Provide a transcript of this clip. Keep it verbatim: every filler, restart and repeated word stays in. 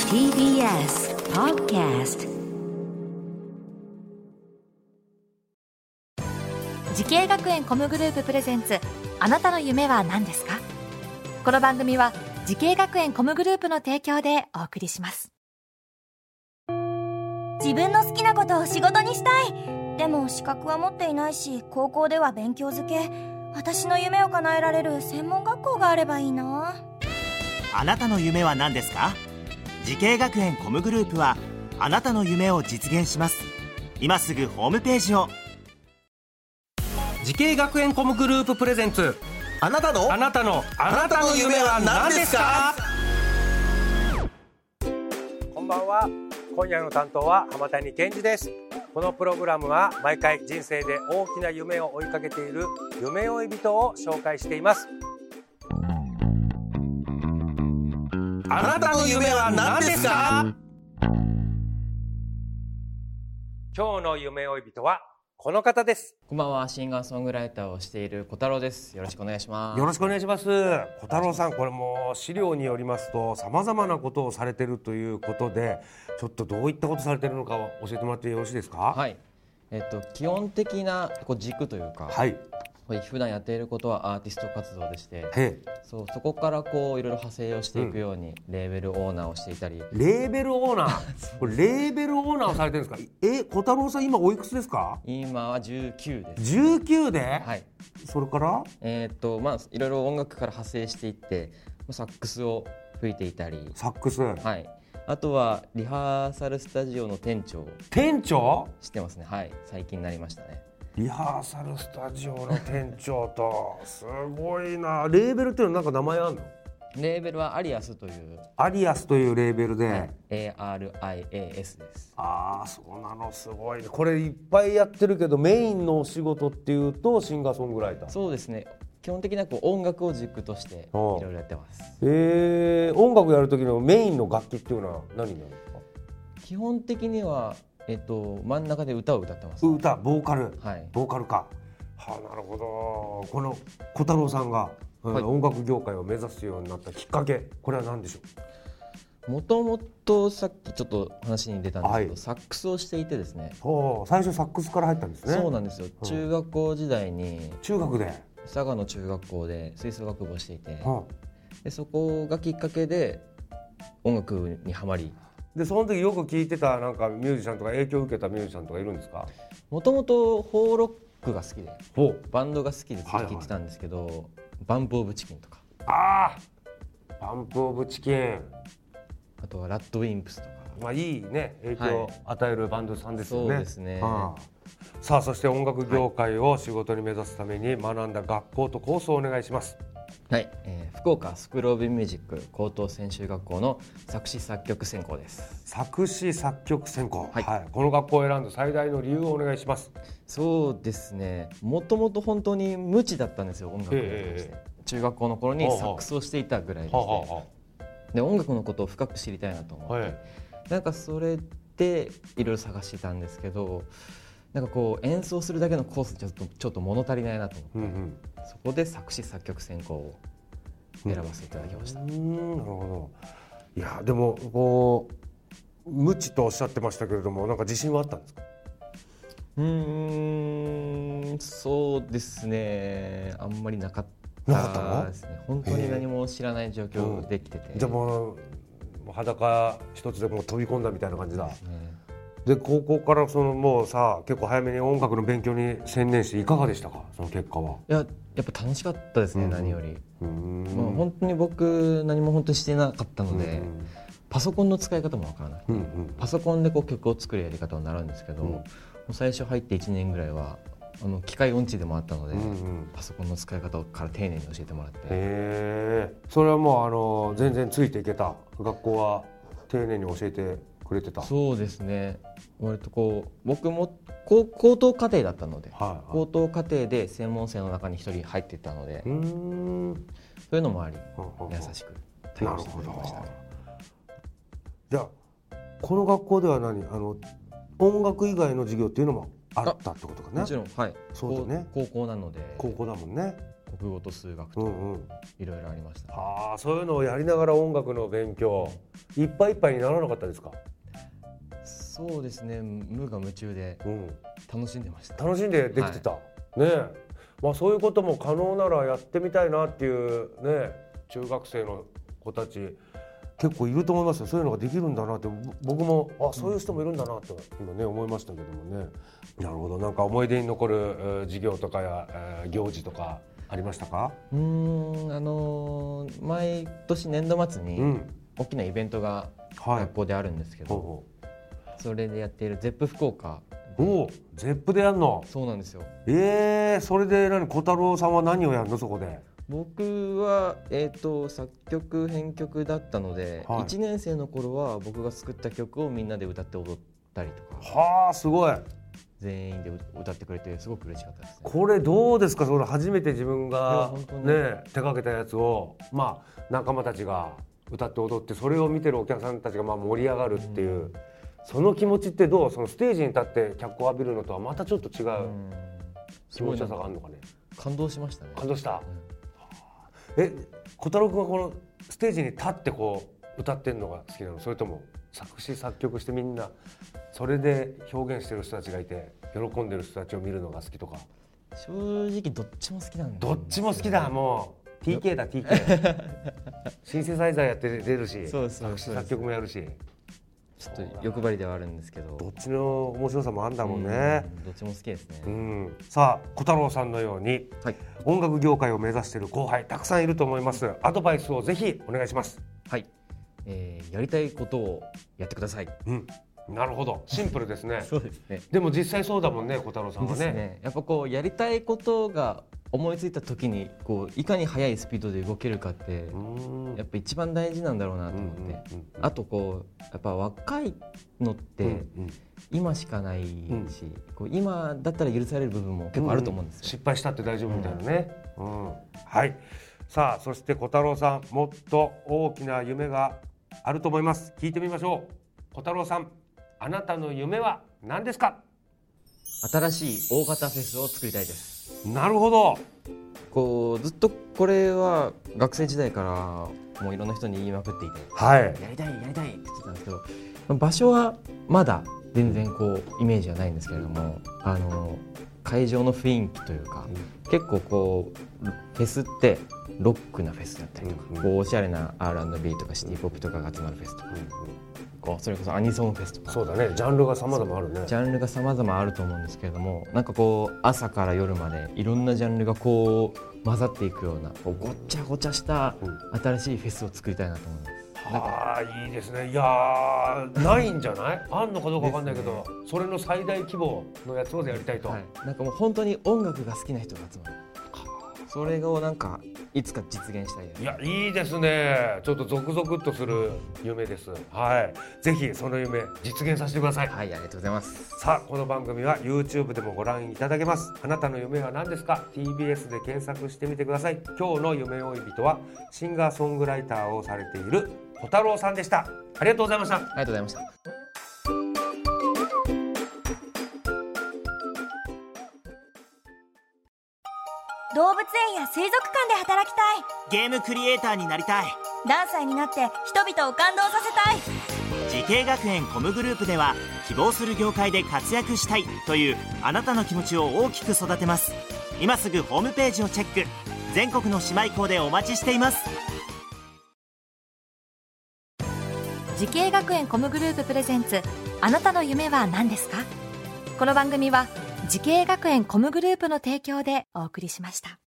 ティービーエス Podcast。 時系学園コムグループプレゼンツ、あなたの夢は何ですか？この番組は時系学園コムグループの提供でお送りします。 自分の好きなことを仕事にしたい。でも資格は持っていないし、高校では勉強づけ。私の夢を叶えられる専門学校があればいいな。 あなたの夢は何ですか？時系学園コムグループはあなたの夢を実現します。今すぐホームページを。 時系学園コムグループプレゼンツ、 あなたのあなたのあなたの夢は何ですか？ こんばんは。今夜の担当は浜谷健二です。このプログラムは毎回人生で大きな夢を追いかけている夢追い人を紹介しています。 あなたの夢は何ですか？ 今日の夢追い人はこの方です。 こんばんは。シンガーソングライターをしている小太郎です。よろしくお願いします。 よろしくお願いします。小太郎さん、これも資料によりますと様々なことをされているということで、ちょっとどういったことされているのかを教えてもらってよろしいですか？ はい、えっと、基本的なこう軸というか、 はい、 普段やっていることはアーティスト活動でして、 へそうそこからこういろいろ派生をしていくように、うん、レーベルオーナーをしていたり。 レーベルオーナーこれレーベルオーナーをされてるんですか？え、小太郎さん今おいくつですか？ 今はじゅうきゅうです。 じゅうきゅうで、 はい、 それからえー、っとまあいろいろ音楽から派生していって、サックスを吹いていたり。 サックス、 はい、あとはリハーサルスタジオの店長店長してますね。はい、最近になりましたね。 リハーサルスタジオの店長とすごいな。レーベルっていうのは何か名前あるの？ レーベルはアリアスというアリアスというレーベルで、はい、 エーアールアイエーエス です。 ああ、そうなの。すごいね。これいっぱいやってるけどメインのお仕事っていうとシンガーソングライター。 そうですね。基本的にはこう音楽を軸としていろいろやってます。 えー、音楽やる時のメインの楽器っていうのは何になるんですか？基本的にはえっと、真ん中で歌を歌ってます。 歌、ボーカル、 はい、 ボーカルか。はあ、なるほど。この小太郎さんが、はい、音楽業界を目指すようになったきっかけ、これは何でしょう？もともとさっきちょっと話に出たんですけど、はい、サックスをしていてですね。 最初サックスから入ったんですね。 そうなんですよ。中学校時代に中学で佐賀の中学校で吹奏楽部をしていて、はあ、でそこがきっかけで音楽にハマり、 でその時よく聴いてたなんかミュージシャンとか影響を受けたミュージシャンとかいるんですか？ もともとホーロックが好きで、バンドが好きでずっと聴いてたんですけど、はいはい、バンプオブチキンとか、 ああ、バンプオブチキン、 あとはラッドウィンプスとか、 まあいいね、影響を与えるバンドさんですよね。 そうですね。はあ、 さあ、そして音楽業界を仕事に目指すために学んだ学校とコースをお願いします。 はい、えー、福岡スクールオブミュージック高等専修学校の作詞作曲専攻です。 作詞作曲専攻、 はいはい、 この学校を選んだ最大の理由をお願いします。 そうですね、もともと本当に無知だったんですよ、音楽に関して。中学校の頃にサックスをしていたぐらいでして、はあはあ、で音楽のことを深く知りたいなと思って、はい、なんかそれでいろいろ探してたんですけど、なんかこう演奏するだけのコースちょっとちょっと物足りないなと思って、うんうん、そこで作詞作曲専攻を選ばせていただきました。 うん、なるほど。いやでもこう無知とおっしゃってましたけれども、なんか自信はあったんですか？ うーん、そうですね、あんまりなかったですね。本当に何も知らない状況できてて、 うん、じゃあもう裸一つでもう飛び込んだみたいな感じだ。で高校からそのもうさ結構早めに音楽の勉強に専念していかがでしたか、その結果は？ いややっぱ楽しかったですね、うん、何より。うん、もう本当に僕何も本当にしてなかったので、うん、パソコンの使い方もわからなくて、うんうん、パソコンでこう曲を作るやり方を習うんですけど、うん、もう最初入っていちねんぐらいはあの機械音痴でもあったので、うんうん、パソコンの使い方から丁寧に教えてもらって。 へー、それはもうあの全然ついていけた？学校は丁寧に教えてくれてた？ そうですね、割とこう僕も高, 高等課程だったので、はいはい、高等課程で専門生の中に一人入っていたので、うーん、そういうのもあり、うんうん、優しく対応してくれましたね。 じゃあこの学校では何あの音楽以外の授業っていうのもあったってことかね？ もちろん、はい、 そうだね、 高校なので。 高校だもんね。 国語と数学といろいろありました、ね。 うんうん、はあ、そういうのをやりながら音楽の勉強、いっぱいいっぱいにならなかったですか？ そうですね、無我夢中で楽しんでました、 うん、楽しんでできてた、はい、ねえ、まあ、そういうことも可能ならやってみたいなっていうね、中学生の子たち結構いると思いますよ。そういうのができるんだなって、僕もあ、そういう人もいるんだなと今ね思いましたけどもね。なるほど。なんか思い出に残る授業とかや、えー、行事とかありましたか？ うーん、あのー、毎年年度末に大きなイベントが学校であるんですけど、はい、それでやっているゼップ福岡。 おお、ゼップでやるの？ そうなんですよ。 えー、それで何、小太郎さんは何をやるのそこで？ 僕は、えー、と作曲編曲だったので、はい、いちねん生の頃は僕が作った曲をみんなで歌って踊ったりとか。 はあ、すごい。 全員で歌ってくれてすごく嬉しかったですね。 これどうですか？それ初めて自分が、ね、手掛けたやつを、まあ、仲間たちが歌って踊って、それを見てるお客さんたちがまあ盛り上がるっていう、うん、その気持ちってどう？そのステージに立って脚光を浴びるのとはまたちょっと違う気持ちよさがあるのかね。 感動しましたね。 感動した、うん、え、小太郎君はこのステージに立ってこう歌ってるのが好きなの？それとも作詞作曲してみんなそれで表現してる人たちがいて喜んでる人たちを見るのが好きとか？ 正直どっちも好きなんで、 ね、どっちも好きだ。もう ティーケー だ ティーケー シンセサイザーやって出るし、 そうそうそう、 作詞作曲もやるし、 ちょっと欲張りではあるんですけど、 どっちの面白さもあるんだもんね。 うん、どっちも好きですね。 うん、さあ小太郎さんのように、はい、音楽業界を目指している後輩たくさんいると思います。アドバイスをぜひお願いします。 はい、えー、やりたいことをやってください。 うん、なるほど、シンプルですね。 そうですね。 でも実際そうだもんね、小太郎さんは ね, ね。やっぱこうやりたいことが思いついた時にこういかに速いスピードで動けるかってやっぱ一番大事なんだろうなと思って、うんうんうんうん、あとこうやっぱ若いのって今しかないし、うんうん、こう今だったら許される部分も結構あると思うんですよ、 うんうん、失敗したって大丈夫みたいなね、うんうん、はい。さあそして小太郎さん、もっと大きな夢があると思います。聞いてみましょう。小太郎さん、あなたの夢は何ですか？ 新しい大型フェスを作りたいです。 なるほど。 こうずっとこれは学生時代からもういろんな人に言いまくっていて、 はい、 やりたいやりたいって言ってたんですけど、場所はまだ全然こうイメージはないんですけれども、あの会場の雰囲気というか、うん、結構こうフェスってロックなフェスだったりとか、うんうん、こうおしゃれな アールアンドビー とかシティポップとかが集まるフェスとか、うんうん、こうそれこそアニソンフェスとか、 そうだね、ジャンルが様々あるね。 ジャンルが様々あると思うんですけれども、なんかこう朝から夜までいろんなジャンルがこう混ざっていくようなこうごっちゃごちゃした新しいフェスを作りたいなと思います。 はあ、いいですね。いやー、ないんじゃない？あんのかどうかわかんないけど、ね、それの最大規模のやつをやりたいと、はい、 なんかもう本当に音楽が好きな人が集まる、それをなんかいつか実現したいです。 いや、いいですね。ちょっとゾクゾクっとする夢です。はい、ぜひその夢実現させてください。 はい、ありがとうございます。 さあこの番組は YouTube でもご覧いただけます。あなたの夢は何ですか？ ティービーエス で検索してみてください。今日の夢追い人はシンガーソングライターをされている小太郎さんでした。ありがとうございました。ありがとうございました。 動物園や水族館で働きたい。 ゲームクリエイターになりたい。 何歳になって人々を感動させたい。 時系学園コムグループでは希望する業界で活躍したいというあなたの気持ちを大きく育てます。今すぐホームページをチェック。全国の姉妹校でお待ちしています。 時系学園コムグループプレゼンツ、あなたの夢は何ですか？この番組は時系学園コムグループの提供でお送りしました。